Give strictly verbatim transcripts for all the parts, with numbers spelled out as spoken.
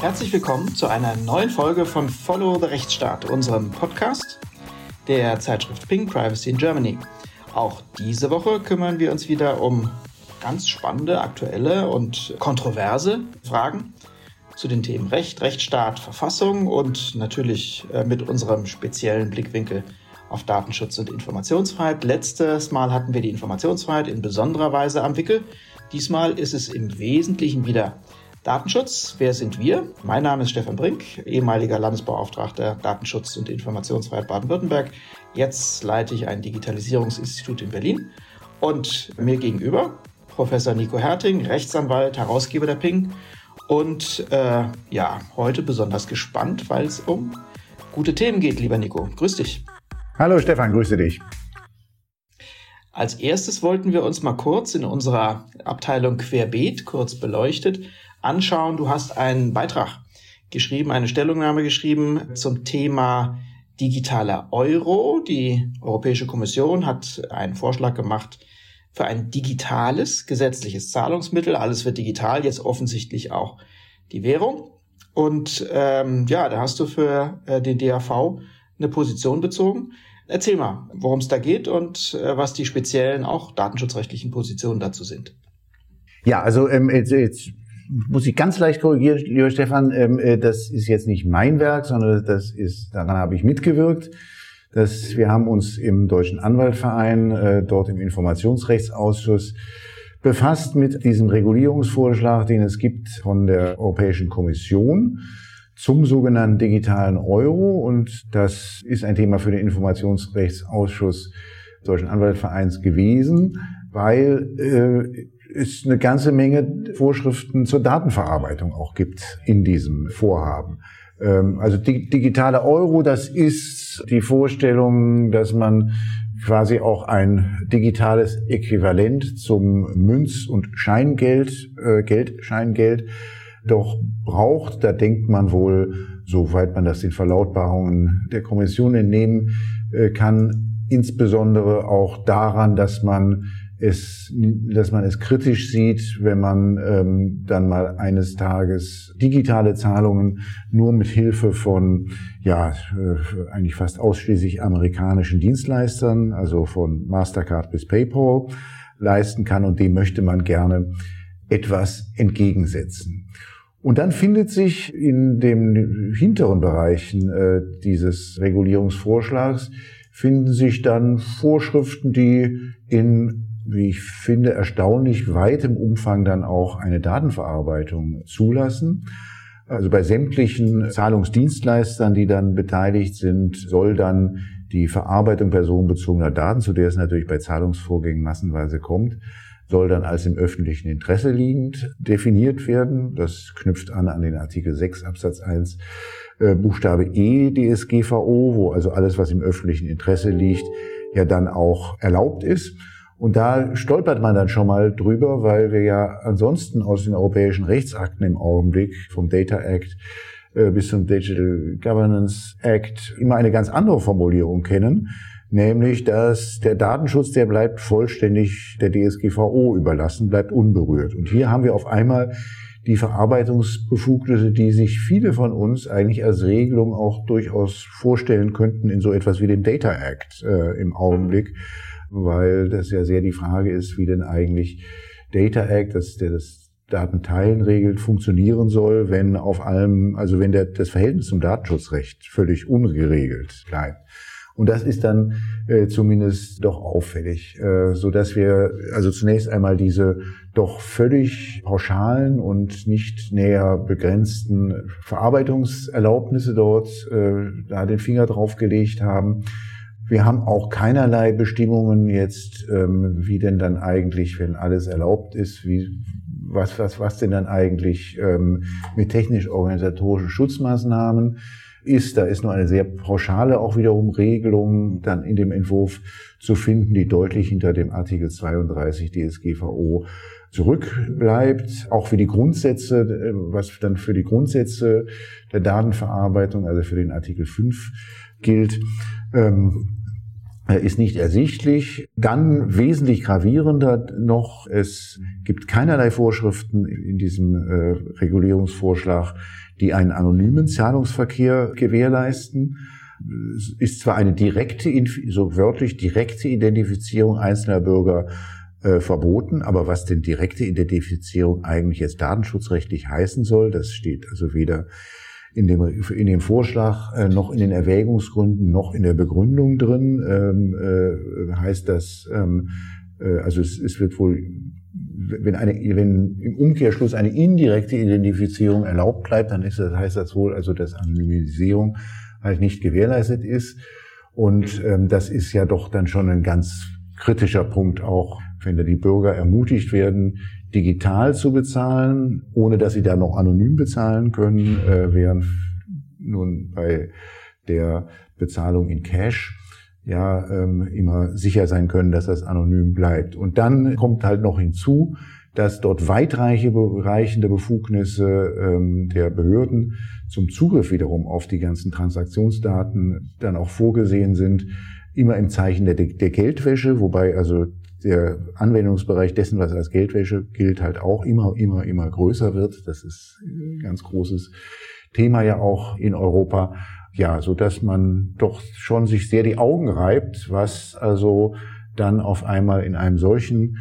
Herzlich willkommen zu einer neuen Folge von Follow the Rechtsstaat, unserem Podcast der Zeitschrift Ping Privacy in Germany. Auch diese Woche kümmern wir uns wieder um ganz spannende, aktuelle und kontroverse Fragen zu den Themen Recht, Rechtsstaat, Verfassung und natürlich mit unserem speziellen Blickwinkel auf Datenschutz und Informationsfreiheit. Letztes Mal hatten wir die Informationsfreiheit in besonderer Weise am Wickel. Diesmal ist es im Wesentlichen wieder Datenschutz. Wer sind wir? Mein Name ist Stefan Brink, ehemaliger Landesbeauftragter Datenschutz und Informationsfreiheit Baden-Württemberg. Jetzt leite ich ein Digitalisierungsinstitut in Berlin. Und mir gegenüber Professor Nico Herting, Rechtsanwalt, Herausgeber der Ping. Und äh, ja, heute besonders gespannt, weil es um gute Themen geht, lieber Nico. Grüß dich. Hallo Stefan, grüße dich. Als erstes wollten wir uns mal kurz in unserer Abteilung Querbeet, kurz beleuchtet, anschauen. Du hast einen Beitrag geschrieben, eine Stellungnahme geschrieben zum Thema digitaler Euro. Die Europäische Kommission hat einen Vorschlag gemacht für ein digitales gesetzliches Zahlungsmittel. Alles wird digital, jetzt offensichtlich auch die Währung. Und ähm, ja, da hast du für äh, den D A V eine Position bezogen. Erzähl mal, worum es da geht und äh, was die speziellen, auch datenschutzrechtlichen Positionen dazu sind. Ja, also ähm, jetzt, jetzt muss ich ganz leicht korrigieren, lieber Stefan, ähm, äh, das ist jetzt nicht mein Werk, sondern das ist, daran habe ich mitgewirkt. Das, wir haben uns im Deutschen Anwaltverein, äh, dort im Informationsrechtsausschuss, befasst mit diesem Regulierungsvorschlag, den es gibt von der Europäischen Kommission zum sogenannten digitalen Euro. Und das ist ein Thema für den Informationsrechtsausschuss des Deutschen Anwaltvereins gewesen, weil äh, es eine ganze Menge Vorschriften zur Datenverarbeitung auch gibt in diesem Vorhaben. Ähm, also die digitale Euro, das ist die Vorstellung, dass man quasi auch ein digitales Äquivalent zum Münz- und Scheingeld, äh, Geld, Scheingeld doch braucht. Da denkt man wohl, soweit man das den Verlautbarungen der Kommission entnehmen äh, kann, insbesondere auch daran, dass man es, dass man es kritisch sieht, wenn man ähm, dann mal eines Tages digitale Zahlungen nur mit Hilfe von, ja, äh, eigentlich fast ausschließlich amerikanischen Dienstleistern, also von Mastercard bis PayPal, leisten kann, und dem möchte man gerne etwas entgegensetzen. Und dann findet sich in den hinteren Bereichen äh, dieses Regulierungsvorschlags finden sich dann Vorschriften, die in, wie ich finde, erstaunlich weitem Umfang dann auch eine Datenverarbeitung zulassen. Also bei sämtlichen Zahlungsdienstleistern, die dann beteiligt sind, soll dann die Verarbeitung personenbezogener Daten, zu der es natürlich bei Zahlungsvorgängen massenweise kommt, soll dann als im öffentlichen Interesse liegend definiert werden. Das knüpft an an den Artikel sechs Absatz eins äh, Buchstabe E D S G V O, wo also alles, was im öffentlichen Interesse liegt, ja dann auch erlaubt ist. Und da stolpert man dann schon mal drüber, weil wir ja ansonsten aus den europäischen Rechtsakten im Augenblick, vom Data Act äh, bis zum Digital Governance Act, immer eine ganz andere Formulierung kennen. Nämlich, dass der Datenschutz, der bleibt vollständig der D S G V O überlassen, bleibt unberührt. Und hier haben wir auf einmal die Verarbeitungsbefugnisse, die sich viele von uns eigentlich als Regelung auch durchaus vorstellen könnten in so etwas wie dem Data Act äh, im Augenblick, weil das ja sehr die Frage ist, wie denn eigentlich Data Act, das der das Datenteilen regelt, funktionieren soll, wenn auf allem, also wenn der, das Verhältnis zum Datenschutzrecht völlig ungeregelt bleibt. Und das ist dann äh, zumindest doch auffällig, äh, so dass wir also zunächst einmal diese doch völlig pauschalen und nicht näher begrenzten Verarbeitungserlaubnisse dort äh, da den Finger drauf gelegt haben. Wir haben auch keinerlei Bestimmungen jetzt, ähm, wie denn dann eigentlich, wenn alles erlaubt ist, wie was was was denn dann eigentlich ähm, mit technisch-organisatorischen Schutzmaßnahmen ist. Da ist nur eine sehr pauschale auch wiederum Regelung dann in dem Entwurf zu finden, die deutlich hinter dem Artikel zweiunddreißig D S G V O zurückbleibt. Auch für die Grundsätze, was dann für die Grundsätze der Datenverarbeitung, also für den Artikel fünf gilt. ist nicht ersichtlich. Dann wesentlich gravierender noch, es gibt keinerlei Vorschriften in diesem äh, Regulierungsvorschlag, die einen anonymen Zahlungsverkehr gewährleisten. Es ist zwar eine direkte, so wörtlich direkte Identifizierung einzelner Bürger äh, verboten, aber was denn direkte Identifizierung eigentlich jetzt datenschutzrechtlich heißen soll, das steht also weder in dem, in dem Vorschlag äh, noch in den Erwägungsgründen noch in der Begründung drin. Ähm, äh, heißt das, ähm, äh, also es, es wird wohl, wenn eine, wenn im Umkehrschluss eine indirekte Identifizierung erlaubt bleibt, dann ist das, heißt das wohl, also dass Anonymisierung halt nicht gewährleistet ist. Und ähm, das ist ja doch dann schon ein ganz kritischer Punkt auch, wenn da die Bürger ermutigt werden, digital zu bezahlen, ohne dass sie da noch anonym bezahlen können, äh, während nun bei der Bezahlung in Cash ja ähm, immer sicher sein können, dass das anonym bleibt. Und dann kommt halt noch hinzu, dass dort weitreichende Befugnisse ähm, der Behörden zum Zugriff wiederum auf die ganzen Transaktionsdaten dann auch vorgesehen sind, immer im Zeichen der, der Geldwäsche, wobei also der Anwendungsbereich dessen, was als Geldwäsche gilt, halt auch immer, immer, immer größer wird. Das ist ein ganz großes Thema ja auch in Europa. Ja, so dass man doch schon sich sehr die Augen reibt, was also dann auf einmal in einem solchen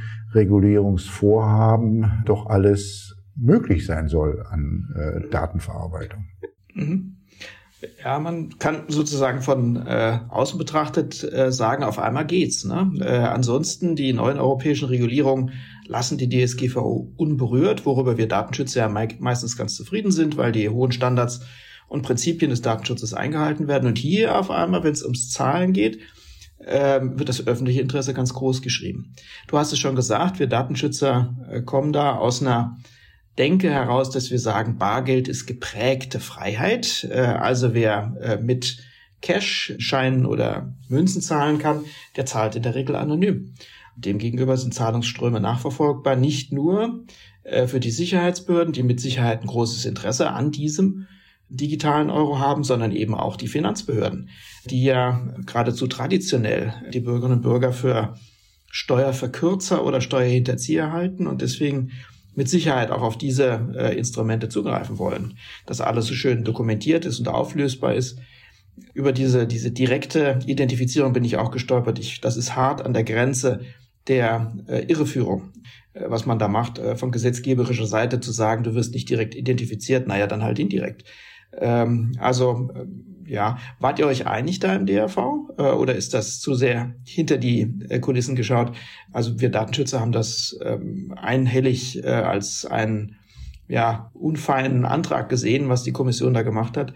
Regulierungsvorhaben doch alles möglich sein soll an äh, Datenverarbeitung. Mhm. Ja, man kann sozusagen von äh, außen betrachtet äh, sagen, auf einmal geht's. Ne? Äh, ansonsten, die neuen europäischen Regulierungen lassen die D S G V O unberührt, worüber wir Datenschützer ja me- meistens ganz zufrieden sind, weil die hohen Standards und Prinzipien des Datenschutzes eingehalten werden. Und hier auf einmal, wenn es ums Zahlen geht, äh, wird das öffentliche Interesse ganz groß geschrieben. Du hast es schon gesagt, wir Datenschützer äh, kommen da aus einer Denke heraus, dass wir sagen, Bargeld ist geprägte Freiheit. Also wer mit Cash-Scheinen oder Münzen zahlen kann, der zahlt in der Regel anonym. Demgegenüber sind Zahlungsströme nachverfolgbar, nicht nur für die Sicherheitsbehörden, die mit Sicherheit ein großes Interesse an diesem digitalen Euro haben, sondern eben auch die Finanzbehörden, die ja geradezu traditionell die Bürgerinnen und Bürger für Steuerverkürzer oder Steuerhinterzieher halten und deswegen mit Sicherheit auch auf diese äh, Instrumente zugreifen wollen, dass alles so schön dokumentiert ist und auflösbar ist. Über diese diese direkte Identifizierung bin ich auch gestolpert. Ich, das ist hart an der Grenze der äh, Irreführung, äh, was man da macht, äh, von gesetzgeberischer Seite zu sagen, du wirst nicht direkt identifiziert, naja, dann halt indirekt. Ähm, also äh, ja, wart ihr euch einig da im D R V äh, oder ist das zu sehr hinter die äh, Kulissen geschaut? Also wir Datenschützer haben das ähm, einhellig äh, als einen ja unfeinen Antrag gesehen, was die Kommission da gemacht hat.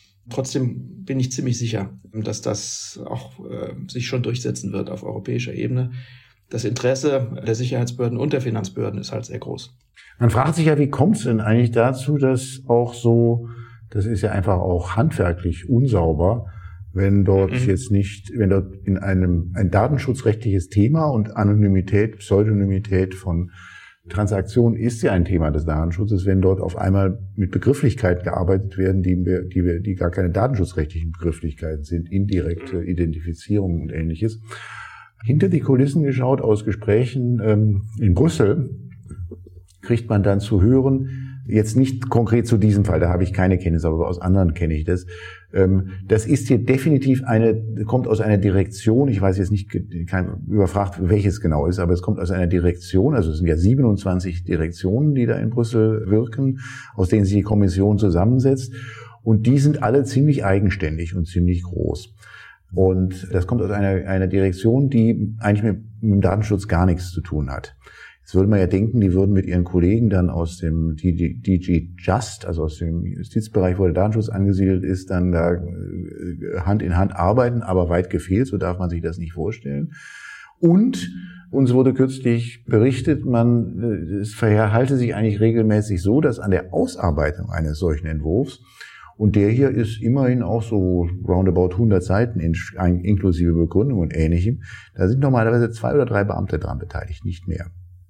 Trotzdem bin ich ziemlich sicher, dass das auch äh, sich schon durchsetzen wird auf europäischer Ebene. Das Interesse der Sicherheitsbehörden und der Finanzbehörden ist halt sehr groß. Man fragt sich ja, wie kommt es denn eigentlich dazu, dass auch so, das ist ja einfach auch handwerklich unsauber, wenn dort mhm. jetzt nicht, wenn dort in einem ein datenschutzrechtliches Thema und Anonymität, Pseudonymität von Transaktionen ist ja ein Thema des Datenschutzes, wenn dort auf einmal mit Begrifflichkeiten gearbeitet werden, die wir, die wir, die gar keine datenschutzrechtlichen Begrifflichkeiten sind, indirekte Identifizierung und Ähnliches. Hinter die Kulissen geschaut aus Gesprächen ähm, in Brüssel kriegt man dann zu hören, jetzt nicht konkret zu diesem Fall, da habe ich keine Kenntnis, aber aus anderen kenne ich das. Das ist hier definitiv eine, kommt aus einer Direktion, ich weiß jetzt nicht, kein überfragt, welches genau ist, aber es kommt aus einer Direktion, also es sind ja siebenundzwanzig Direktionen, die da in Brüssel wirken, aus denen sich die Kommission zusammensetzt. Und die sind alle ziemlich eigenständig und ziemlich groß. Und das kommt aus einer, einer Direktion, die eigentlich mit, mit dem Datenschutz gar nichts zu tun hat. Jetzt würde man ja denken, die würden mit ihren Kollegen dann aus dem D G Just, also aus dem Justizbereich, wo der Datenschutz angesiedelt ist, dann da Hand in Hand arbeiten, aber weit gefehlt, so darf man sich das nicht vorstellen. Und uns wurde kürzlich berichtet, man, es verhalte sich eigentlich regelmäßig so, dass an der Ausarbeitung eines solchen Entwurfs, und der hier ist immerhin auch so roundabout hundert Seiten inklusive Begründung und Ähnlichem, da sind normalerweise zwei oder drei Beamte dran beteiligt, nicht mehr.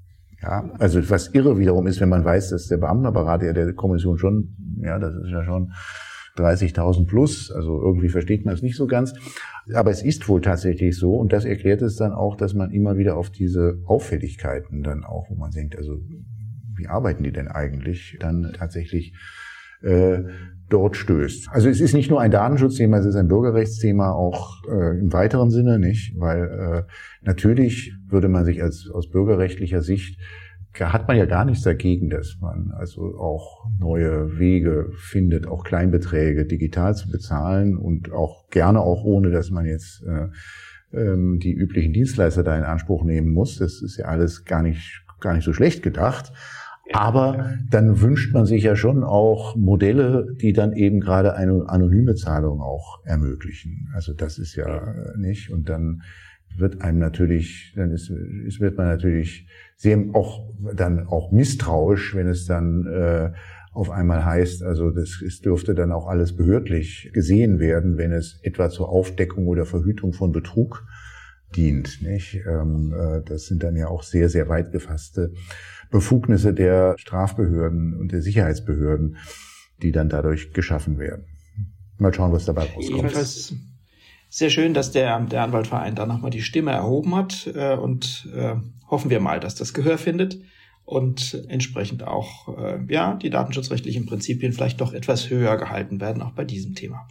Ja, also was irre wiederum ist, wenn man weiß, dass der Beamtenapparat ja der Kommission schon, ja, das ist ja schon dreißigtausend plus, also irgendwie versteht man es nicht so ganz. Aber es ist wohl tatsächlich so und das erklärt es dann auch, dass man immer wieder auf diese Auffälligkeiten dann auch, wo man denkt, also wie arbeiten die denn eigentlich, dann tatsächlich äh, dort stößt. Also es ist nicht nur ein Datenschutzthema, es ist ein Bürgerrechtsthema auch äh, im weiteren Sinne, nicht? Weil äh, natürlich würde man sich als aus bürgerrechtlicher Sicht, hat man ja gar nichts dagegen, dass man also auch neue Wege findet, auch Kleinbeträge digital zu bezahlen und auch gerne auch ohne, dass man jetzt äh, ähm, die üblichen Dienstleister da in Anspruch nehmen muss. Das ist ja alles gar nicht gar nicht so schlecht gedacht. Aber dann wünscht man sich ja schon auch Modelle, die dann eben gerade eine anonyme Zahlung auch ermöglichen. Also das ist ja nicht. Und dann wird einem natürlich, dann ist, ist wird man natürlich sehr auch dann auch misstrauisch, wenn es dann äh, auf einmal heißt, also das es dürfte dann auch alles behördlich gesehen werden, wenn es etwa zur Aufdeckung oder Verhütung von Betrug dient. Nicht? Ähm, äh, das sind dann ja auch sehr, sehr weit gefasste Befugnisse der Strafbehörden und der Sicherheitsbehörden, die dann dadurch geschaffen werden. Mal schauen, was dabei rauskommt. Jedenfalls sehr schön, dass der, der Anwaltverein da nochmal die Stimme erhoben hat äh, und äh, hoffen wir mal, dass das Gehör findet und entsprechend auch äh, ja die datenschutzrechtlichen Prinzipien vielleicht doch etwas höher gehalten werden, auch bei diesem Thema.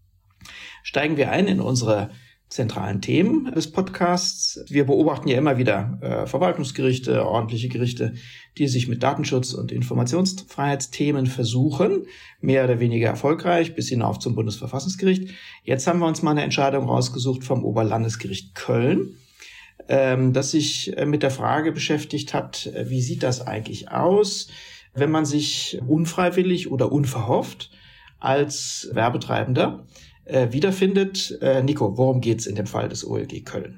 Steigen wir ein in unsere zentralen Themen des Podcasts. Wir beobachten ja immer wieder äh, Verwaltungsgerichte, ordentliche Gerichte, die sich mit Datenschutz- und Informationsfreiheitsthemen versuchen, mehr oder weniger erfolgreich, bis hinauf zum Bundesverfassungsgericht. Jetzt haben wir uns mal eine Entscheidung rausgesucht vom Oberlandesgericht Köln, ähm, das sich äh, mit der Frage beschäftigt hat, äh, wie sieht das eigentlich aus, wenn man sich unfreiwillig oder unverhofft als Werbetreibender Äh, wiederfindet. Äh, Nico, worum geht's in dem Fall des O L G Köln?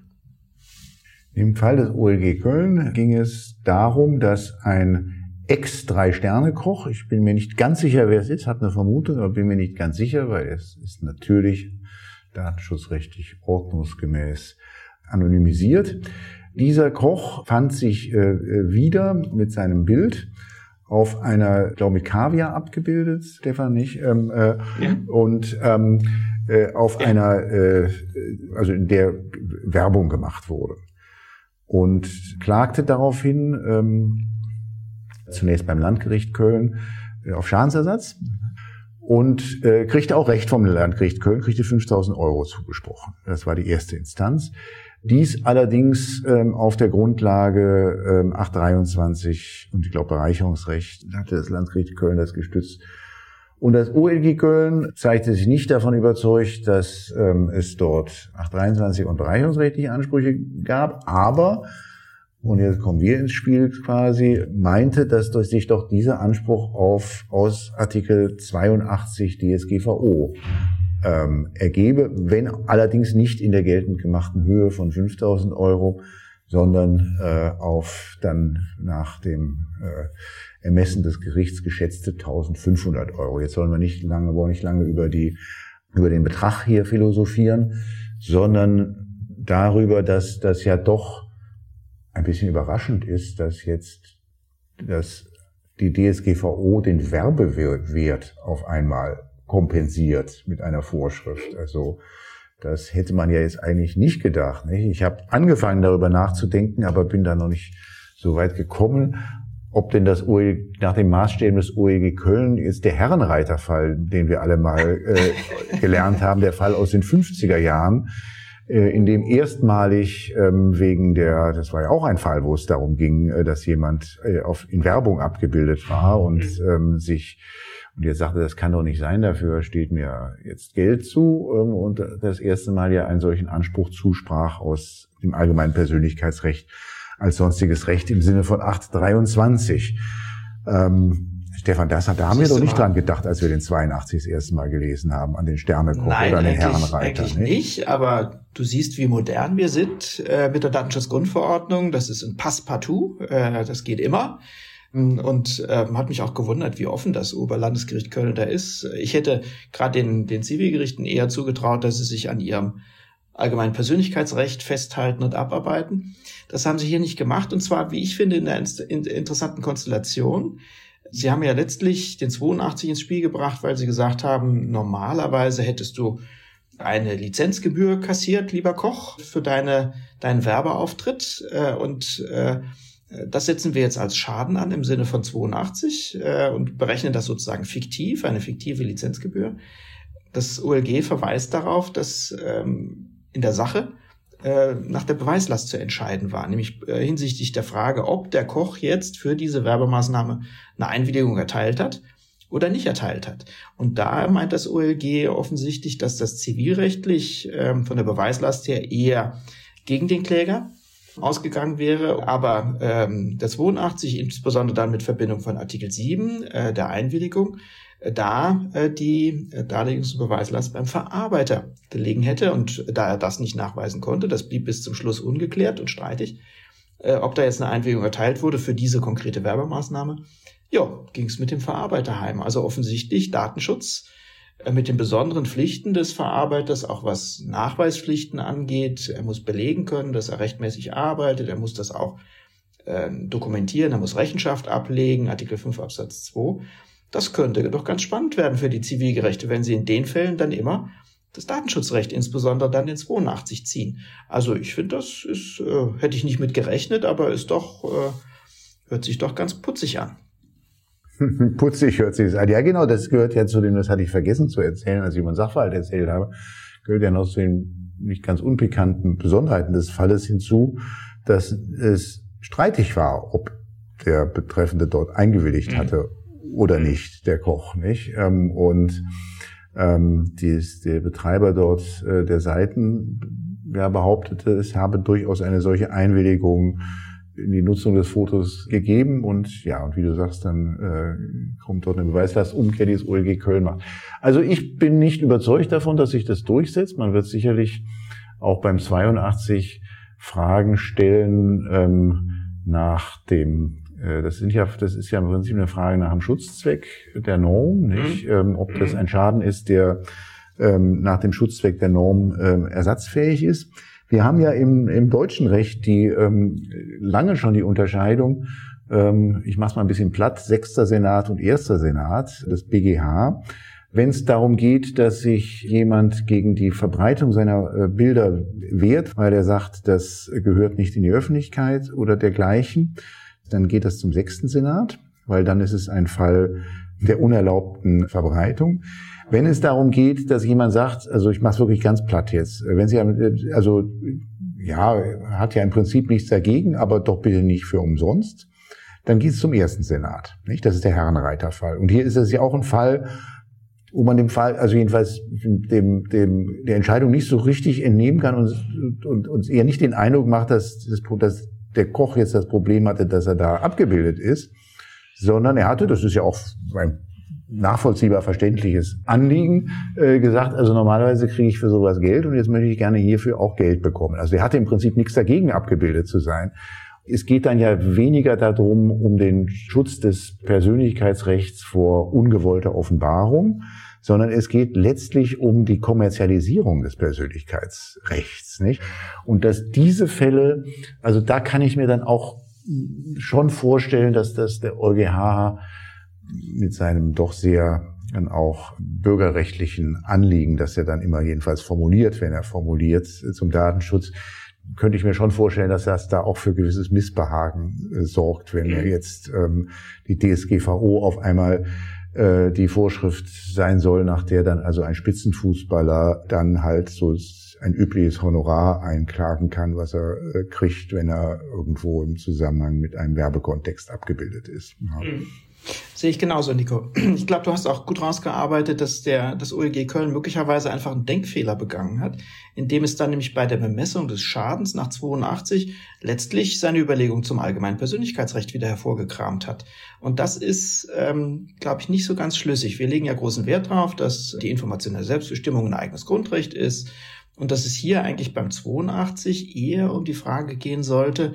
Im Fall des O L G Köln ging es darum, dass ein Ex-Drei-Sterne-Koch, ich bin mir nicht ganz sicher, wer es ist, habe eine Vermutung, aber bin mir nicht ganz sicher, weil es ist natürlich datenschutzrechtlich ordnungsgemäß anonymisiert. Dieser Koch fand sich äh, wieder mit seinem Bild auf einer, ich glaube mit Kaviar abgebildet, Stefan, nicht? Ähm, äh, ja. Und ähm, äh, auf ja. einer, äh, also in der Werbung gemacht wurde. Und klagte daraufhin ähm, zunächst beim Landgericht Köln äh, auf Schadensersatz und äh, kriegte auch Recht vom Landgericht Köln, kriegte fünftausend Euro zugesprochen. Das war die erste Instanz. Dies allerdings ähm, auf der Grundlage ähm, achthundertdreiundzwanzig und ich glaube Bereicherungsrecht hatte das Landgericht Köln das gestützt. Und das O L G Köln zeigte sich nicht davon überzeugt, dass ähm, es dort achthundertdreiundzwanzig und bereicherungsrechtliche Ansprüche gab, aber, und jetzt kommen wir ins Spiel quasi, meinte, dass sich doch dieser Anspruch auf aus Artikel zweiundachtzig D S G V O ähm, ergebe, wenn allerdings nicht in der geltend gemachten Höhe von fünftausend Euro, sondern äh, auf dann nach dem äh, Ermessen des Gerichts geschätzte eintausendfünfhundert Euro. Jetzt sollen wir nicht lange, wollen nicht lange über die über den Betrag hier philosophieren, sondern darüber, dass das ja doch ein bisschen überraschend ist, dass jetzt dass die D S G V O den Werbewert auf einmal kompensiert mit einer Vorschrift. Also das hätte man ja jetzt eigentlich nicht gedacht. Nicht? Ich habe angefangen darüber nachzudenken, aber bin da noch nicht so weit gekommen, ob denn das O L G, nach den Maßstäben des O L G Köln jetzt der Herrenreiterfall, den wir alle mal äh, gelernt haben, der Fall aus den fünfziger Jahren, äh, in dem erstmalig ähm, wegen der, das war ja auch ein Fall, wo es darum ging, äh, dass jemand äh, auf, in Werbung abgebildet war und ähm, sich Und jetzt sagte, das kann doch nicht sein, dafür steht mir jetzt Geld zu. Und das erste Mal ja einen solchen Anspruch zusprach aus dem allgemeinen Persönlichkeitsrecht als sonstiges Recht im Sinne von acht dreiundzwanzig. Ähm, Stefan, das, da haben wir doch nicht dran gedacht, als wir den zweiundachtzig das erste Mal gelesen haben, an den Sternekoch Nein, oder an den eigentlich, Herrenreiter. Eigentlich nicht? nicht, aber du siehst, wie modern wir sind äh, mit der Datenschutzgrundverordnung. Das ist ein Passepartout, äh, das geht immer. Und ähm, hat mich auch gewundert, wie offen das Oberlandesgericht Köln da ist. Ich hätte gerade den, den Zivilgerichten eher zugetraut, dass sie sich an ihrem allgemeinen Persönlichkeitsrecht festhalten und abarbeiten. Das haben sie hier nicht gemacht. Und zwar, wie ich finde, in einer in, interessanten Konstellation. Sie haben ja letztlich den zweiundachtzig ins Spiel gebracht, weil Sie gesagt haben, normalerweise hättest du eine Lizenzgebühr kassiert, lieber Koch, für deine, deinen Werbeauftritt. Und das setzen wir jetzt als Schaden an im Sinne von zweiundachtzig und berechnen das sozusagen fiktiv, eine fiktive Lizenzgebühr. Das O L G verweist darauf, dass in der Sache nach der Beweislast zu entscheiden war, nämlich hinsichtlich der Frage, ob der Koch jetzt für diese Werbemaßnahme eine Einwilligung erteilt hat oder nicht erteilt hat. Und da meint das O L G offensichtlich, dass das zivilrechtlich ähm, von der Beweislast her eher gegen den Kläger ausgegangen wäre, aber ähm, der zweiundachtzig, insbesondere dann mit Verbindung von Artikel sieben äh, der Einwilligung, äh, da äh, die äh, Darlegungs- und Beweislast beim Verarbeiter gelegen hätte. Und da er das nicht nachweisen konnte, das blieb bis zum Schluss ungeklärt und streitig, äh, ob da jetzt eine Einwilligung erteilt wurde für diese konkrete Werbemaßnahme, ja, ging es mit dem Verarbeiter heim. Also offensichtlich Datenschutz äh, mit den besonderen Pflichten des Verarbeiters, auch was Nachweispflichten angeht. Er muss belegen können, dass er rechtmäßig arbeitet. Er muss das auch äh, dokumentieren. Er muss Rechenschaft ablegen, Artikel fünf Absatz zwei. Das könnte doch ganz spannend werden für die Zivilgerichte, wenn sie in den Fällen dann immer das Datenschutzrecht, insbesondere dann den zweiundachtzig ziehen. Also ich finde, das ist, äh, hätte ich nicht mit gerechnet, aber ist doch, äh, hört sich doch ganz putzig an. Putzig hört sich das an. Ja, genau, das gehört ja zu dem, das hatte ich vergessen zu erzählen, als ich über den Sachverhalt erzählt habe, gehört ja noch zu den nicht ganz unpikanten Besonderheiten des Falles hinzu, dass es streitig war, ob der Betreffende dort eingewilligt mhm. hatte oder nicht, der Koch, nicht? Und ähm, dies, der Betreiber dort äh, der Seiten ja, behauptete, es habe durchaus eine solche Einwilligung in die Nutzung des Fotos gegeben und ja, und wie du sagst, dann äh, kommt dort eine Beweislastumkehr, die das O L G Köln macht. Also ich bin nicht überzeugt davon, dass sich das durchsetzt. Man wird sicherlich auch beim zweiundachtzig Fragen stellen ähm, nach dem, äh, das sind ja, das ist ja im Prinzip eine Frage nach dem Schutzzweck der Norm, nicht? Mhm. Ähm, ob das ein Schaden ist, der ähm, nach dem Schutzzweck der Norm ähm, ersatzfähig ist. Wir haben ja im, im deutschen Recht die ähm, lange schon die Unterscheidung, ähm, ich mache es mal ein bisschen platt, sechster Senat und erster Senat des B G H. Wenn es darum geht, dass sich jemand gegen die Verbreitung seiner äh, Bilder wehrt, weil er sagt, das gehört nicht in die Öffentlichkeit oder dergleichen, dann geht das zum sechsten Senat, weil dann ist es ein Fall der unerlaubten Verbreitung. Wenn es darum geht, dass jemand sagt, also ich mache es wirklich ganz platt jetzt, wenn Sie, also ja, hat ja im Prinzip nichts dagegen, aber doch bitte nicht für umsonst, dann geht es zum ersten Senat, nicht? Das ist der Herrenreiter-Fall. Und hier ist es ja auch ein Fall, wo man dem Fall, also jedenfalls dem, dem der Entscheidung nicht so richtig entnehmen kann und und uns eher nicht den Eindruck macht, dass, das, dass der Koch jetzt das Problem hatte, dass er da abgebildet ist, sondern er hatte, das ist ja auch ein nachvollziehbar verständliches Anliegen, äh, gesagt, also normalerweise kriege ich für sowas Geld und jetzt möchte ich gerne hierfür auch Geld bekommen. Also er hatte im Prinzip nichts dagegen, abgebildet zu sein. Es geht dann ja weniger darum, um den Schutz des Persönlichkeitsrechts vor ungewollter Offenbarung, sondern es geht letztlich um die Kommerzialisierung des Persönlichkeitsrechts, nicht? Und dass diese Fälle, also da kann ich mir dann auch schon vorstellen, dass das der EuGH mit seinem doch sehr dann auch bürgerrechtlichen Anliegen, das er dann immer jedenfalls formuliert, wenn er formuliert zum Datenschutz, könnte ich mir schon vorstellen, dass das da auch für gewisses Missbehagen äh, sorgt, wenn er jetzt ähm, die D S G V O auf einmal äh, die Vorschrift sein soll, nach der dann also ein Spitzenfußballer dann halt so ein übliches Honorar einklagen kann, was er äh, kriegt, wenn er irgendwo im Zusammenhang mit einem Werbekontext abgebildet ist. Ja. Mhm. Sehe ich genauso, Nico. Ich glaube, du hast auch gut rausgearbeitet, dass der das O L G Köln möglicherweise einfach einen Denkfehler begangen hat, indem es dann nämlich bei der Bemessung des Schadens nach zweiundachtzig letztlich seine Überlegung zum allgemeinen Persönlichkeitsrecht wieder hervorgekramt hat. Und das ist, ähm, glaube ich, nicht so ganz schlüssig. Wir legen ja großen Wert darauf, dass die informationelle Selbstbestimmung ein eigenes Grundrecht ist und dass es hier eigentlich beim zweiundachtzig eher um die Frage gehen sollte,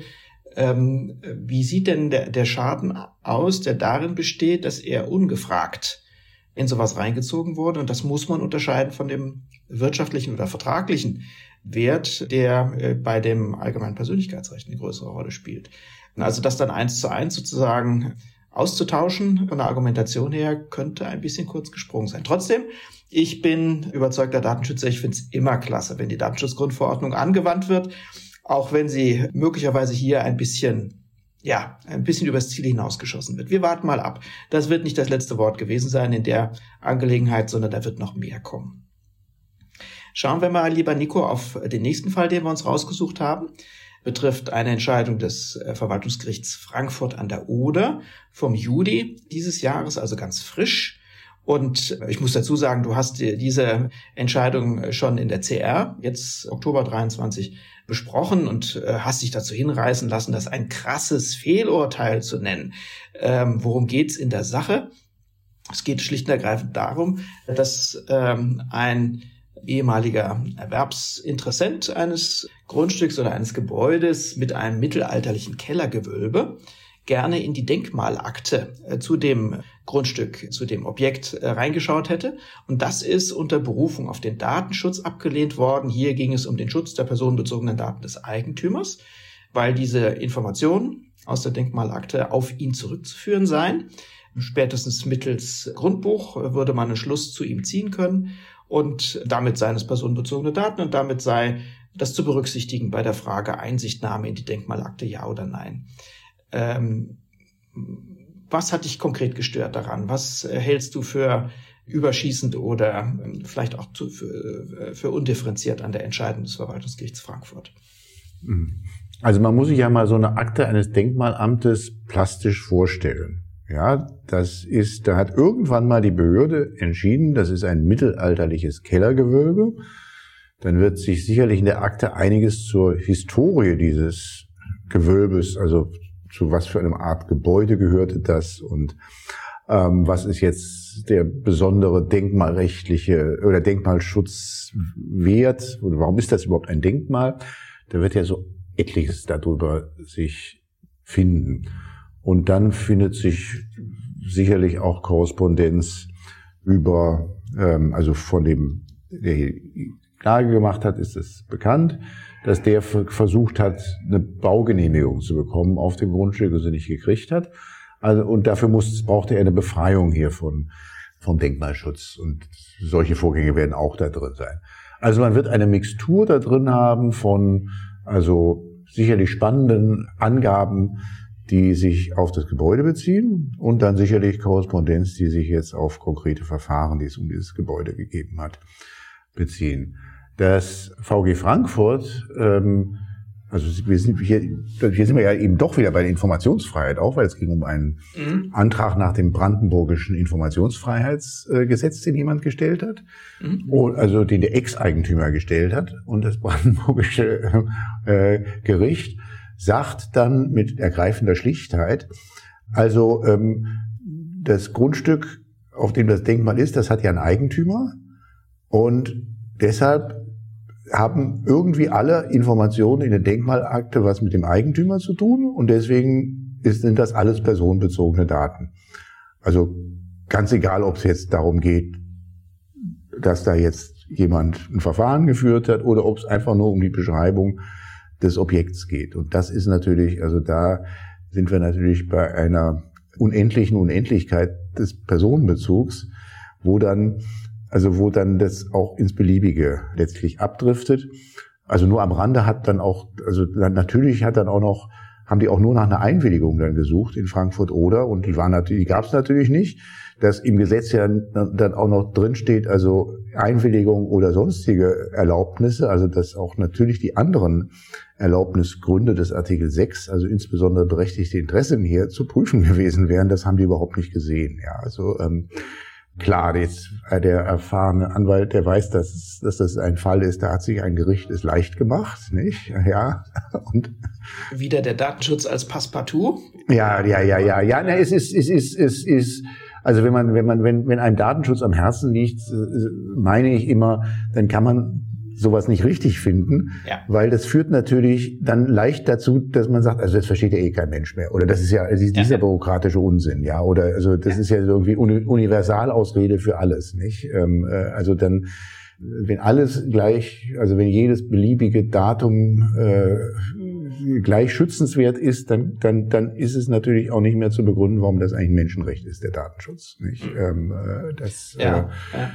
Ähm, wie sieht denn der, der Schaden aus, der darin besteht, dass er ungefragt in sowas reingezogen wurde? Und das muss man unterscheiden von dem wirtschaftlichen oder vertraglichen Wert, der äh, bei dem allgemeinen Persönlichkeitsrecht eine größere Rolle spielt. Also dass dann eins zu eins sozusagen auszutauschen. Von der Argumentation her könnte ein bisschen kurz gesprungen sein. Trotzdem, ich bin überzeugter Datenschützer. Ich finde es immer klasse, wenn die Datenschutzgrundverordnung angewandt wird, auch wenn sie möglicherweise hier ein bisschen, ja, ein bisschen übers Ziel hinausgeschossen wird. Wir warten mal ab. Das wird nicht das letzte Wort gewesen sein in der Angelegenheit, sondern da wird noch mehr kommen. Schauen wir mal, lieber Nico, auf den nächsten Fall, den wir uns rausgesucht haben. Betrifft eine Entscheidung des Verwaltungsgerichts Frankfurt an der Oder vom Juli dieses Jahres, also ganz frisch. Und ich muss dazu sagen, du hast diese Entscheidung schon in der C R, jetzt Oktober dreiundzwanzig, besprochen und hast dich dazu hinreißen lassen, das ein krasses Fehlurteil zu nennen. Ähm, worum geht's in der Sache? Es geht schlicht und ergreifend darum, dass ähm, ein ehemaliger Erwerbsinteressent eines Grundstücks oder eines Gebäudes mit einem mittelalterlichen Kellergewölbe gerne in die Denkmalakte äh, zu dem Grundstück, zu dem Objekt äh, reingeschaut hätte. Und das ist unter Berufung auf den Datenschutz abgelehnt worden. Hier ging es um den Schutz der personenbezogenen Daten des Eigentümers, weil diese Informationen aus der Denkmalakte auf ihn zurückzuführen seien. Spätestens mittels Grundbuch würde man einen Schluss zu ihm ziehen können. Und damit seien es personenbezogene Daten und damit sei das zu berücksichtigen bei der Frage Einsichtnahme in die Denkmalakte, ja oder nein. Ähm, was hat dich konkret gestört daran? Was hältst du für überschießend oder vielleicht auch zu, für, für undifferenziert an der Entscheidung des Verwaltungsgerichts Frankfurt? Also man muss sich ja mal so eine Akte eines Denkmalamtes plastisch vorstellen. Ja, das ist, da hat irgendwann mal die Behörde entschieden, das ist ein mittelalterliches Kellergewölbe. Dann wird sich sicherlich in der Akte einiges zur Historie dieses Gewölbes, also zu was für einer Art Gebäude gehörte das und ähm, was ist jetzt der besondere denkmalrechtliche oder Denkmalschutzwert oder warum ist das überhaupt ein Denkmal? Da wird ja so etliches darüber sich finden. Und dann findet sich sicherlich auch Korrespondenz über, ähm, also von dem, der hier Klage gemacht hat, ist es bekannt, dass der versucht hat, eine Baugenehmigung zu bekommen auf dem Grundstück und sie nicht gekriegt hat. Also, und dafür muss, brauchte er eine Befreiung hier von, vom Denkmalschutz. Und solche Vorgänge werden auch da drin sein. Also man wird eine Mixtur da drin haben von, also sicherlich spannenden Angaben, die sich auf das Gebäude beziehen und dann sicherlich Korrespondenz, die sich jetzt auf konkrete Verfahren, die es um dieses Gebäude gegeben hat, beziehen. Das V G Frankfurt, ähm, also wir sind hier, hier sind wir ja eben doch wieder bei der Informationsfreiheit auch, weil es ging um einen mhm. Antrag nach dem brandenburgischen Informationsfreiheitsgesetz, den jemand gestellt hat, mhm. also den der Ex-Eigentümer gestellt hat und das brandenburgische äh, Gericht sagt dann mit ergreifender Schlichtheit, also ähm, das Grundstück, auf dem das Denkmal ist, das hat ja einen Eigentümer und deshalb haben irgendwie alle Informationen in der Denkmalakte was mit dem Eigentümer zu tun und deswegen ist, sind das alles personenbezogene Daten. Also ganz egal, ob es jetzt darum geht, dass da jetzt jemand ein Verfahren geführt hat oder ob es einfach nur um die Beschreibung des Objekts geht. Und das ist natürlich, also da sind wir natürlich bei einer unendlichen Unendlichkeit des Personenbezugs, wo dann, also wo dann das auch ins Beliebige letztlich abdriftet. Also nur am Rande hat dann auch, also dann natürlich hat dann auch noch, haben die auch nur nach einer Einwilligung dann gesucht in Frankfurt Oder und die waren natürlich, die gab es natürlich nicht, dass im Gesetz ja dann auch noch drin steht, also Einwilligung oder sonstige Erlaubnisse, also dass auch natürlich die anderen Erlaubnisgründe des Artikel sechs, also insbesondere berechtigte Interessen hier zu prüfen gewesen wären, das haben die überhaupt nicht gesehen. Ja, also ähm, klar, jetzt der erfahrene Anwalt, der weiß, dass, es, dass das ein Fall ist, da hat sich ein Gericht es leicht gemacht, nicht? Ja. Und wieder der Datenschutz als Passepartout? Ja, ja, ja, ja, ja. Na, es ist, es ist, es ist. Also wenn man, wenn man, wenn, wenn einem Datenschutz am Herzen liegt, meine ich immer, dann kann man sowas nicht richtig finden, ja. Weil das führt natürlich dann leicht dazu, dass man sagt, also das versteht ja eh kein Mensch mehr, oder das ist ja also dieser ja. bürokratische Unsinn, ja, oder also das ja. ist ja irgendwie Universalausrede für alles, nicht? Ähm, äh, also dann, wenn alles gleich, also wenn jedes beliebige Datum äh, gleich schützenswert ist, dann, dann, dann ist es natürlich auch nicht mehr zu begründen, warum das eigentlich ein Menschenrecht ist, der Datenschutz. Nicht? Ähm, das, ja, äh, ja.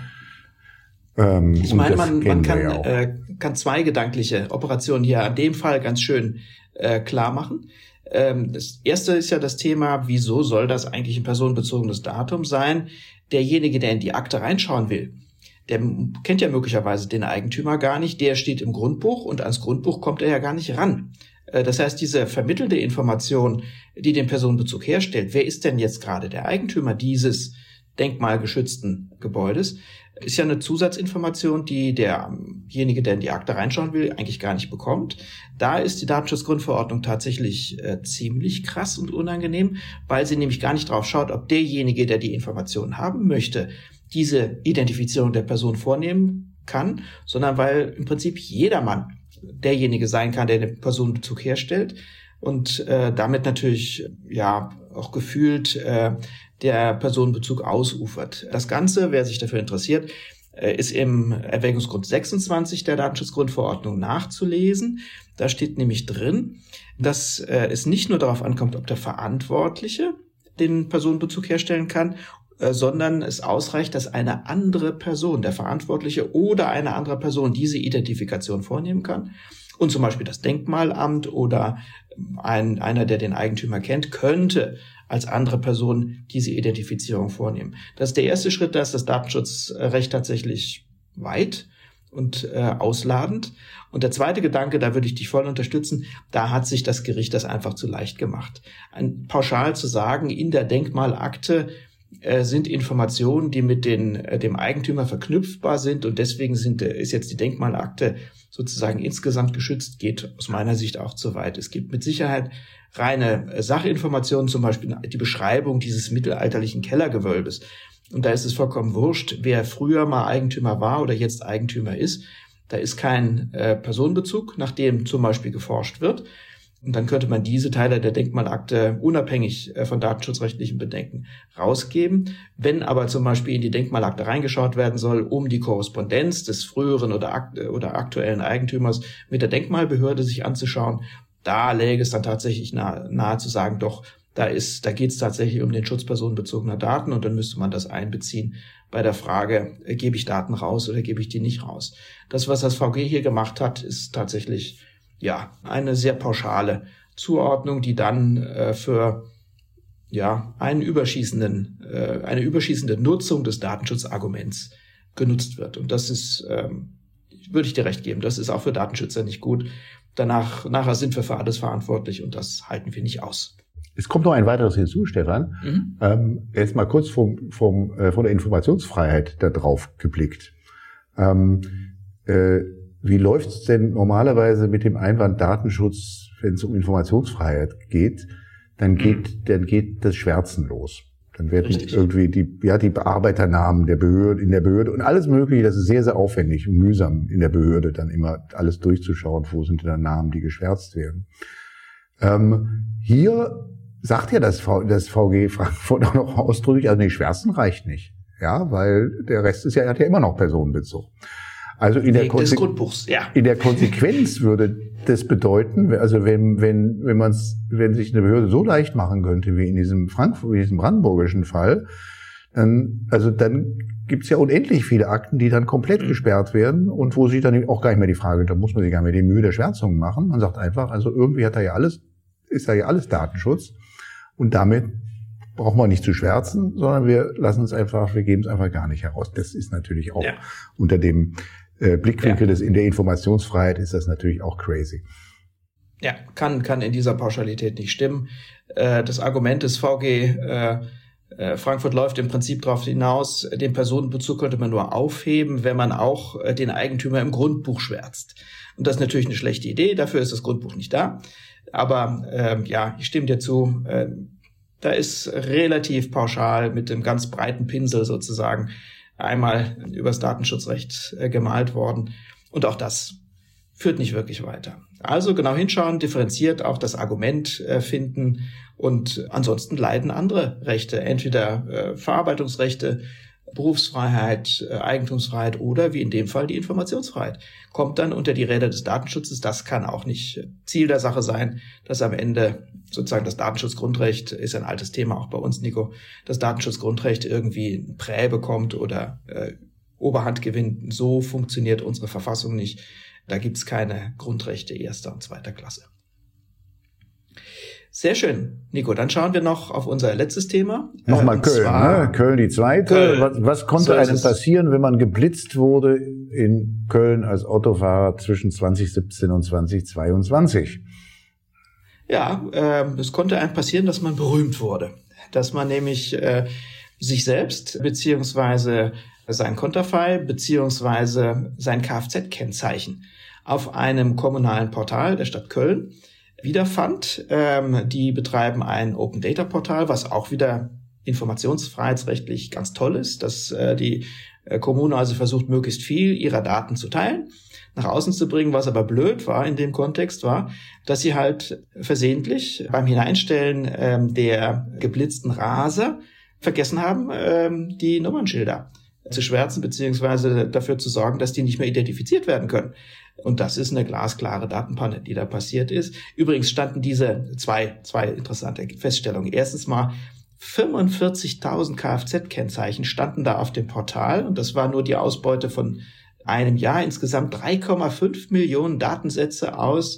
Ähm, ich meine, man, man kann, ja äh, kann zwei gedankliche Operationen hier an dem Fall ganz schön äh, klar machen. Ähm, das erste ist ja das Thema, wieso soll das eigentlich ein personenbezogenes Datum sein? Derjenige, der in die Akte reinschauen will, der kennt ja möglicherweise den Eigentümer gar nicht, der steht im Grundbuch und ans Grundbuch kommt er ja gar nicht ran. Das heißt, diese vermittelte Information, die den Personenbezug herstellt, wer ist denn jetzt gerade der Eigentümer dieses denkmalgeschützten Gebäudes, ist ja eine Zusatzinformation, die derjenige, der in die Akte reinschauen will, eigentlich gar nicht bekommt. Da ist die Datenschutzgrundverordnung tatsächlich äh, ziemlich krass und unangenehm, weil sie nämlich gar nicht drauf schaut, ob derjenige, der die Information haben möchte, diese Identifizierung der Person vornehmen kann, sondern weil im Prinzip jedermann derjenige sein kann, der den Personenbezug herstellt und äh, damit natürlich ja auch gefühlt äh, der Personenbezug ausufert. Das Ganze, wer sich dafür interessiert, äh, ist im Erwägungsgrund sechsundzwanzig der Datenschutzgrundverordnung nachzulesen. Da steht nämlich drin, dass äh, es nicht nur darauf ankommt, ob der Verantwortliche den Personenbezug herstellen kann, sondern es ausreicht, dass eine andere Person, der Verantwortliche oder eine andere Person diese Identifikation vornehmen kann. Und zum Beispiel das Denkmalamt oder ein, einer, der den Eigentümer kennt, könnte als andere Person diese Identifizierung vornehmen. Das ist der erste Schritt, da ist das Datenschutzrecht tatsächlich weit und äh, ausladend. Und der zweite Gedanke, da würde ich dich voll unterstützen, da hat sich das Gericht das einfach zu leicht gemacht. Ein, pauschal zu sagen, in der Denkmalakte sind Informationen, die mit den, dem Eigentümer verknüpfbar sind und deswegen sind, ist jetzt die Denkmalakte sozusagen insgesamt geschützt, geht aus meiner Sicht auch zu weit. Es gibt mit Sicherheit reine Sachinformationen, zum Beispiel die Beschreibung dieses mittelalterlichen Kellergewölbes. Und da ist es vollkommen wurscht, wer früher mal Eigentümer war oder jetzt Eigentümer ist. Da ist kein äh, Personenbezug, nach dem zum Beispiel geforscht wird. Und dann könnte man diese Teile der Denkmalakte unabhängig von datenschutzrechtlichen Bedenken rausgeben. Wenn aber zum Beispiel in die Denkmalakte reingeschaut werden soll, um die Korrespondenz des früheren oder, akt- oder aktuellen Eigentümers mit der Denkmalbehörde sich anzuschauen, da läge es dann tatsächlich nahe, nahe zu sagen, doch, da ist, da geht es tatsächlich um den Schutz personenbezogener Daten und dann müsste man das einbeziehen bei der Frage, äh, gebe ich Daten raus oder gebe ich die nicht raus. Das, was das V G hier gemacht hat, ist tatsächlich ja, eine sehr pauschale Zuordnung, die dann äh, für ja einen überschießenden, äh, eine überschießende Nutzung des Datenschutzarguments genutzt wird. Und das ist, ähm, würde ich dir recht geben, das ist auch für Datenschützer nicht gut. Danach, nachher sind wir für alles verantwortlich und das halten wir nicht aus. Es kommt noch ein weiteres hinzu, Stefan. Mhm. Ähm, jetzt mal kurz vom, vom, äh, von der Informationsfreiheit da drauf geblickt. Ähm, äh, Wie läuft es denn normalerweise mit dem Einwand Datenschutz, wenn es um Informationsfreiheit geht? Dann geht, dann geht das Schwärzen los. Dann werden Richtig. irgendwie die, ja, die Bearbeiternamen der Behörde, in der Behörde und alles Mögliche. Das ist sehr, sehr aufwendig und mühsam in der Behörde dann immer alles durchzuschauen. Wo sind denn da Namen, die geschwärzt werden? Ähm, hier sagt ja das, v, das V G Frankfurt auch noch ausdrücklich, also nee, Schwärzen reicht nicht. Ja, weil der Rest ist ja, hat ja immer noch Personenbezug. Also in der, des Grundbuchs, ja. in der Konsequenz würde das bedeuten, also wenn wenn wenn man es, wenn sich eine Behörde so leicht machen könnte wie in diesem Frankfurt, wie in diesem brandenburgischen Fall, dann also dann gibt's ja unendlich viele Akten, die dann komplett mhm. gesperrt werden und wo sich dann auch gar nicht mehr die Frage, da muss man sich gar nicht mehr die Mühe der Schwärzung machen. Man sagt einfach, also irgendwie hat da ja alles, ist da ja alles Datenschutz und damit brauchen wir nicht zu schwärzen, sondern wir lassen es einfach, wir geben es einfach gar nicht heraus. Das ist natürlich auch ja. unter dem äh, Blickwinkel ja. des in der Informationsfreiheit ist das natürlich auch crazy. Ja, kann kann in dieser Pauschalität nicht stimmen. Äh, das Argument des V G äh, äh, Frankfurt läuft im Prinzip darauf hinaus, den Personenbezug könnte man nur aufheben, wenn man auch äh, den Eigentümer im Grundbuch schwärzt. Und das ist natürlich eine schlechte Idee, dafür ist das Grundbuch nicht da. Aber äh, ja, ich stimme dir zu, äh, da ist relativ pauschal mit dem ganz breiten Pinsel sozusagen einmal übers Datenschutzrecht äh, gemalt worden. Und auch das führt nicht wirklich weiter. Also genau hinschauen, differenziert auch das Argument äh, finden und ansonsten leiden andere Rechte, entweder äh, Verarbeitungsrechte, Berufsfreiheit, Eigentumsfreiheit oder wie in dem Fall die Informationsfreiheit. Kommt dann unter die Räder des Datenschutzes. Das kann auch nicht Ziel der Sache sein, dass am Ende sozusagen das Datenschutzgrundrecht, ist ein altes Thema auch bei uns, Nico, das Datenschutzgrundrecht irgendwie ein Prä bekommt oder äh, Oberhand gewinnt. So funktioniert unsere Verfassung nicht. Da gibt's keine Grundrechte erster und zweiter Klasse. Sehr schön. Nico, dann schauen wir noch auf unser letztes Thema. Nochmal Köln, ne? Köln die zweite. Köln. Was, was konnte so einem passieren, wenn man geblitzt wurde in Köln als Autofahrer zwischen zwanzig siebzehn und zwanzig zweiundzwanzig? Ja, äh, es konnte einem passieren, dass man berühmt wurde. Dass man nämlich äh, sich selbst beziehungsweise sein Konterfei beziehungsweise sein Kfz-Kennzeichen auf einem kommunalen Portal der Stadt Köln wiederfand. Ähm, die betreiben ein Open-Data-Portal, was auch wieder informationsfreiheitsrechtlich ganz toll ist, dass äh, die äh, Kommune also versucht, möglichst viel ihrer Daten zu teilen, nach außen zu bringen. Was aber blöd war in dem Kontext war, dass sie halt versehentlich beim Hineinstellen ähm, der geblitzten Raser vergessen haben, ähm, die Nummernschilder zu schwärzen, beziehungsweise dafür zu sorgen, dass die nicht mehr identifiziert werden können. Und das ist eine glasklare Datenpanne, die da passiert ist. Übrigens standen diese zwei, zwei interessante Feststellungen. Erstens mal, fünfundvierzigtausend Kfz-Kennzeichen standen da auf dem Portal und das war nur die Ausbeute von einem Jahr. Insgesamt drei Komma fünf Millionen Datensätze aus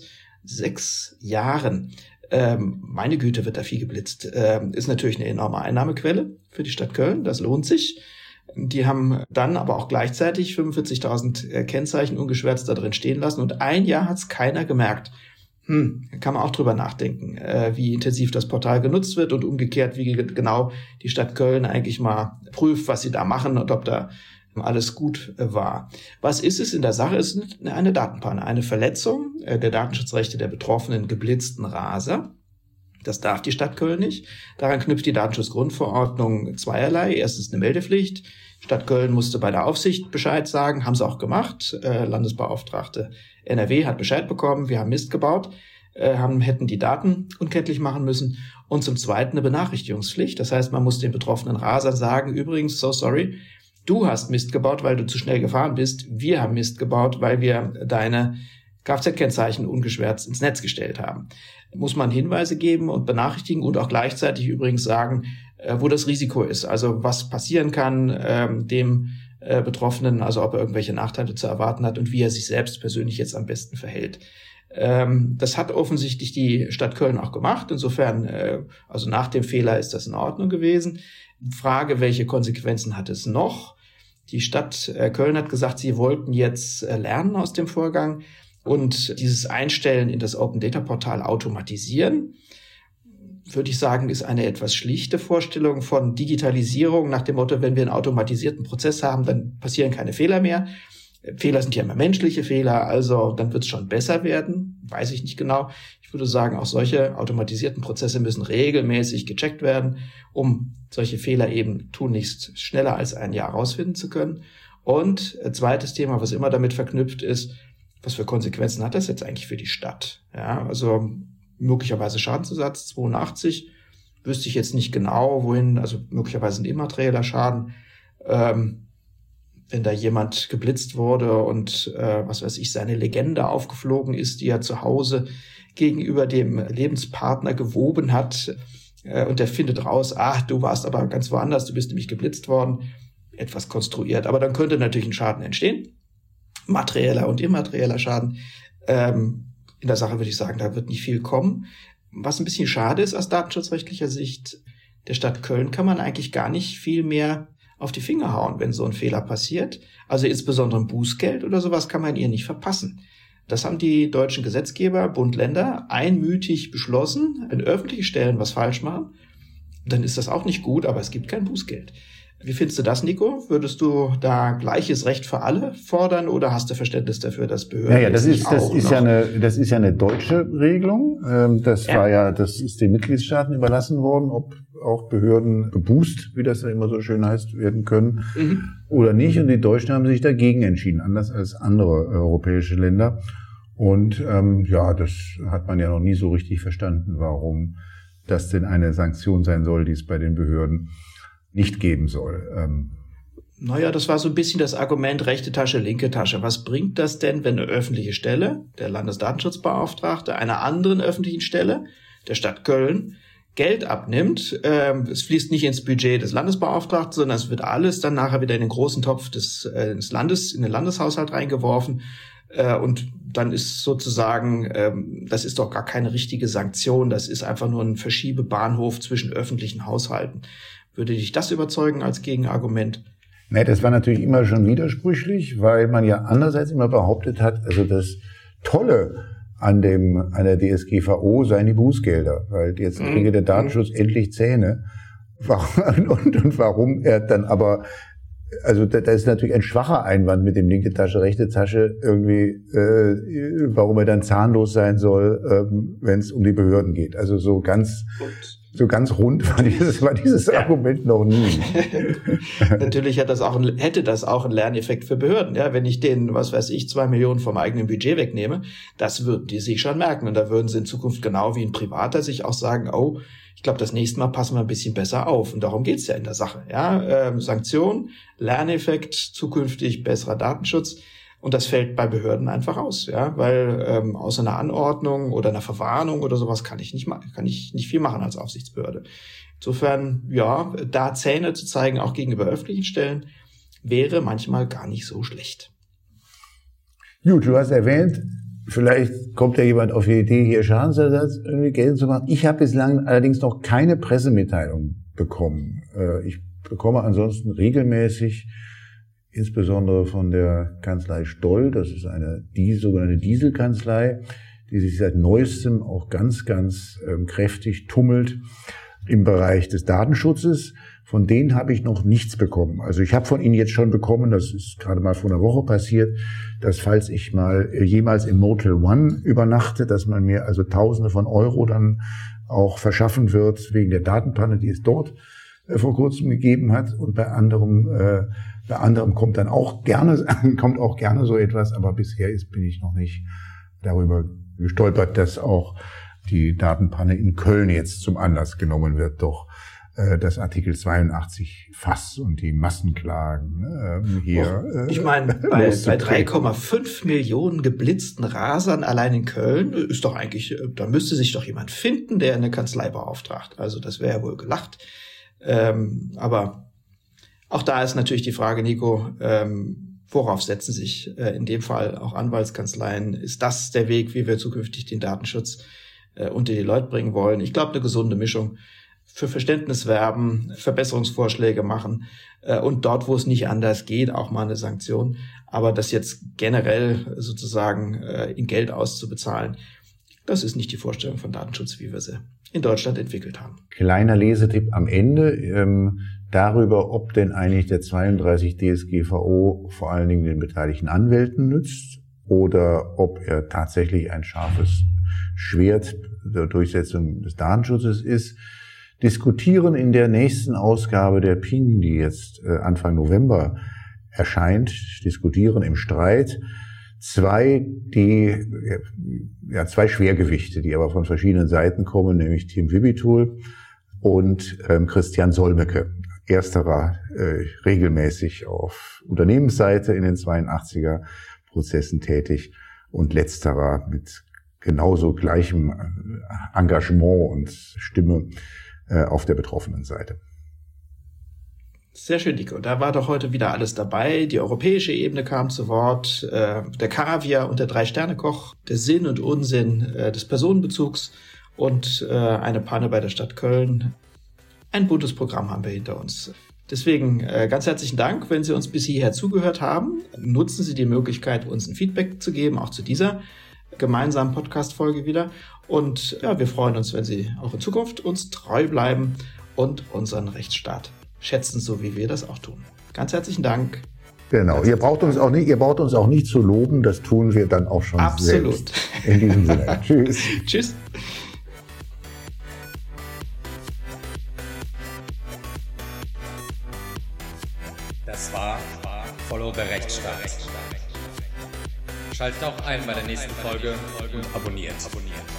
sechs Jahren. Ähm, meine Güte, wird da viel geblitzt. Ähm, ist natürlich eine enorme Einnahmequelle für die Stadt Köln, das lohnt sich. Die haben dann aber auch gleichzeitig fünfundvierzigtausend äh, Kennzeichen ungeschwärzt da drin stehen lassen und ein Jahr hat es keiner gemerkt. Hm, da kann man auch drüber nachdenken, äh, wie intensiv das Portal genutzt wird und umgekehrt, wie genau die Stadt Köln eigentlich mal prüft, was sie da machen und ob da alles gut äh, war. Was ist es in der Sache? Es ist eine Datenpanne, eine Verletzung äh, der Datenschutzrechte der betroffenen geblitzten Raser. Das darf die Stadt Köln nicht. Daran knüpft die Datenschutzgrundverordnung zweierlei. Erstens eine Meldepflicht. Stadt Köln musste bei der Aufsicht Bescheid sagen, haben sie auch gemacht. Äh, Landesbeauftragte N R W hat Bescheid bekommen, wir haben Mist gebaut, äh, haben, hätten die Daten unkenntlich machen müssen. Und zum Zweiten eine Benachrichtigungspflicht. Das heißt, man muss den betroffenen Rasern sagen, übrigens, so sorry, du hast Mist gebaut, weil du zu schnell gefahren bist. Wir haben Mist gebaut, weil wir deine Kfz-Kennzeichen ungeschwärzt ins Netz gestellt haben. Muss man Hinweise geben und benachrichtigen und auch gleichzeitig übrigens sagen, äh, wo das Risiko ist. Also was passieren kann ähm, dem äh, Betroffenen, also ob er irgendwelche Nachteile zu erwarten hat und wie er sich selbst persönlich jetzt am besten verhält. Ähm, das hat offensichtlich die Stadt Köln auch gemacht. Insofern, äh, also nach dem Fehler ist das in Ordnung gewesen. Frage, welche Konsequenzen hat es noch? Die Stadt äh, Köln hat gesagt, sie wollten jetzt äh, lernen aus dem Vorgang und dieses Einstellen in das Open-Data-Portal automatisieren. Würde ich sagen, ist eine etwas schlichte Vorstellung von Digitalisierung nach dem Motto, wenn wir einen automatisierten Prozess haben, dann passieren keine Fehler mehr. Fehler sind ja immer menschliche Fehler, also dann wird es schon besser werden, weiß ich nicht genau. Ich würde sagen, auch solche automatisierten Prozesse müssen regelmäßig gecheckt werden, um solche Fehler eben tunlichst schneller als ein Jahr rausfinden zu können. Und ein zweites Thema, was immer damit verknüpft ist, was für Konsequenzen hat das jetzt eigentlich für die Stadt? Ja, also möglicherweise Schadensersatz zweiundachtzig, wüsste ich jetzt nicht genau, wohin, also möglicherweise ein immaterieller Schaden. Ähm, wenn da jemand geblitzt wurde und, äh, was weiß ich, seine Legende aufgeflogen ist, die er zu Hause gegenüber dem Lebenspartner gewoben hat, äh, und der findet raus, ach, du warst aber ganz woanders, du bist nämlich geblitzt worden, etwas konstruiert. Aber dann könnte natürlich ein Schaden entstehen, materieller und immaterieller Schaden. Ähm, in der Sache würde ich sagen, da wird nicht viel kommen. Was ein bisschen schade ist aus datenschutzrechtlicher Sicht der Stadt Köln, kann man eigentlich gar nicht viel mehr auf die Finger hauen, wenn so ein Fehler passiert. Also insbesondere ein Bußgeld oder sowas kann man ihr nicht verpassen. Das haben die deutschen Gesetzgeber, Bund, Länder einmütig beschlossen. Wenn öffentliche Stellen was falsch machen, dann ist das auch nicht gut, aber es gibt kein Bußgeld. Wie findest du das, Nico? Würdest du da gleiches Recht für alle fordern oder hast du Verständnis dafür, dass Behörden... Ja, ja, das ist, das ist ja eine, das ist ja eine deutsche Regelung. Das war ja, das ist den Mitgliedstaaten überlassen worden, ob auch Behörden gebußt, wie das ja immer so schön heißt, werden können mhm. oder nicht. Und die Deutschen haben sich dagegen entschieden, anders als andere europäische Länder. Und ähm, ja, das hat man ja noch nie so richtig verstanden, warum das denn eine Sanktion sein soll, die es bei den Behörden nicht geben soll. Ähm Naja, das war so ein bisschen das Argument rechte Tasche, linke Tasche. Was bringt das denn, wenn eine öffentliche Stelle, der Landesdatenschutzbeauftragte, einer anderen öffentlichen Stelle, der Stadt Köln, Geld abnimmt? Ähm, es fließt nicht ins Budget des Landesbeauftragten, sondern es wird alles dann nachher wieder in den großen Topf des, äh, des Landes, in den Landeshaushalt reingeworfen. Äh, und dann ist sozusagen, ähm, das ist doch gar keine richtige Sanktion. Das ist einfach nur ein Verschiebebahnhof zwischen öffentlichen Haushalten. Würde dich das überzeugen als Gegenargument? Nee, das war natürlich immer schon widersprüchlich, weil man ja andererseits immer behauptet hat, also das Tolle an dem, an der D S G V O seien die Bußgelder, weil jetzt kriege mhm. der Datenschutz endlich Zähne. Und, und, und warum er dann aber, also da, da ist natürlich ein schwacher Einwand mit dem linke Tasche, rechte Tasche irgendwie, äh, warum er dann zahnlos sein soll, ähm, wenn es um die Behörden geht. Also so ganz, so ganz rund war dieses, war dieses ja. Argument noch nie. Natürlich hat das auch ein, hätte das auch einen Lerneffekt für Behörden. Ja, wenn ich denen, was weiß ich, zwei Millionen vom eigenen Budget wegnehme, das würden die sich schon merken. Und da würden sie in Zukunft genau wie ein Privater sich auch sagen, oh, ich glaube, das nächste Mal passen wir ein bisschen besser auf. Und darum geht's ja in der Sache. Ja, ähm, Sanktion, Lerneffekt, zukünftig besserer Datenschutz. Und das fällt bei Behörden einfach aus, ja, weil ähm, außer einer Anordnung oder einer Verwarnung oder sowas kann ich nicht machen, kann ich nicht viel machen als Aufsichtsbehörde. Insofern, ja, da Zähne zu zeigen, auch gegenüber öffentlichen Stellen, wäre manchmal gar nicht so schlecht. Gut, du hast erwähnt, vielleicht kommt ja jemand auf die Idee, hier Schadensersatz irgendwie geltend zu machen. Ich habe bislang allerdings noch keine Pressemitteilung bekommen. Ich bekomme ansonsten regelmäßig, insbesondere von der Kanzlei Stoll, das ist eine die sogenannte Dieselkanzlei, die sich seit neuestem auch ganz, ganz ähm, kräftig tummelt im Bereich des Datenschutzes. Von denen habe ich noch nichts bekommen. Also ich habe von ihnen jetzt schon bekommen, das ist gerade mal vor einer Woche passiert, dass falls ich mal äh, jemals im Motel One übernachte, dass man mir also Tausende von Euro dann auch verschaffen wird wegen der Datenpanne, die es dort äh, vor kurzem gegeben hat. Und bei anderem äh, Bei anderem kommt dann auch gerne, kommt auch gerne so etwas, aber bisher ist, bin ich noch nicht darüber gestolpert, dass auch die Datenpanne in Köln jetzt zum Anlass genommen wird, doch äh, das Artikel zweiundachtzig Fass und die Massenklagen äh, hier. Oh, ich meine, bei, bei drei Komma fünf Millionen geblitzten Rasern allein in Köln ist doch eigentlich, da müsste sich doch jemand finden, der eine Kanzlei beauftragt. Also das wäre ja wohl gelacht. Ähm, aber auch da ist natürlich die Frage, Nico, ähm, worauf setzen sich äh, in dem Fall auch Anwaltskanzleien? Ist das der Weg, wie wir zukünftig den Datenschutz äh, unter die Leute bringen wollen? Ich glaube, eine gesunde Mischung. Für Verständnis werben, Verbesserungsvorschläge machen äh, und dort, wo es nicht anders geht, auch mal eine Sanktion. Aber das jetzt generell sozusagen äh, in Geld auszubezahlen, das ist nicht die Vorstellung von Datenschutz, wie wir sie in Deutschland entwickelt haben. Kleiner Lesetipp am Ende. Ähm darüber, ob denn eigentlich der zweiunddreißig D S G V O vor allen Dingen den beteiligten Anwälten nützt oder ob er tatsächlich ein scharfes Schwert der Durchsetzung des Datenschutzes ist, diskutieren in der nächsten Ausgabe der Ping, die jetzt Anfang November erscheint, diskutieren im Streit zwei, die, ja, zwei Schwergewichte, die aber von verschiedenen Seiten kommen, nämlich Tim Wibitul und ähm, Christian Solmecke. Ersterer äh, regelmäßig auf Unternehmensseite in den zweiundachtziger Prozessen tätig und letzterer mit genauso gleichem Engagement und Stimme äh, auf der betroffenen Seite. Sehr schön, Nico. Da war doch heute wieder alles dabei. Die europäische Ebene kam zu Wort, äh, der Kaviar und der Drei-Sterne-Koch, der Sinn und Unsinn äh, des Personenbezugs und äh, eine Panne bei der Stadt Köln. Ein buntes Programm haben wir hinter uns. Deswegen äh, ganz herzlichen Dank, wenn Sie uns bis hierher zugehört haben. Nutzen Sie die Möglichkeit, uns ein Feedback zu geben, auch zu dieser gemeinsamen Podcast-Folge wieder. Und ja, wir freuen uns, wenn Sie auch in Zukunft uns treu bleiben und unseren Rechtsstaat schätzen, so wie wir das auch tun. Ganz herzlichen Dank. Genau, ganz ihr braucht uns auch nicht, ihr braucht uns auch nicht zu loben, das tun wir dann auch schon Absolut. Selbst. In diesem Sinne. Tschüss. Tschüss. Das war Follow the Rechtsstaat. Schaltet auch ein bei der nächsten Folge und abonniert.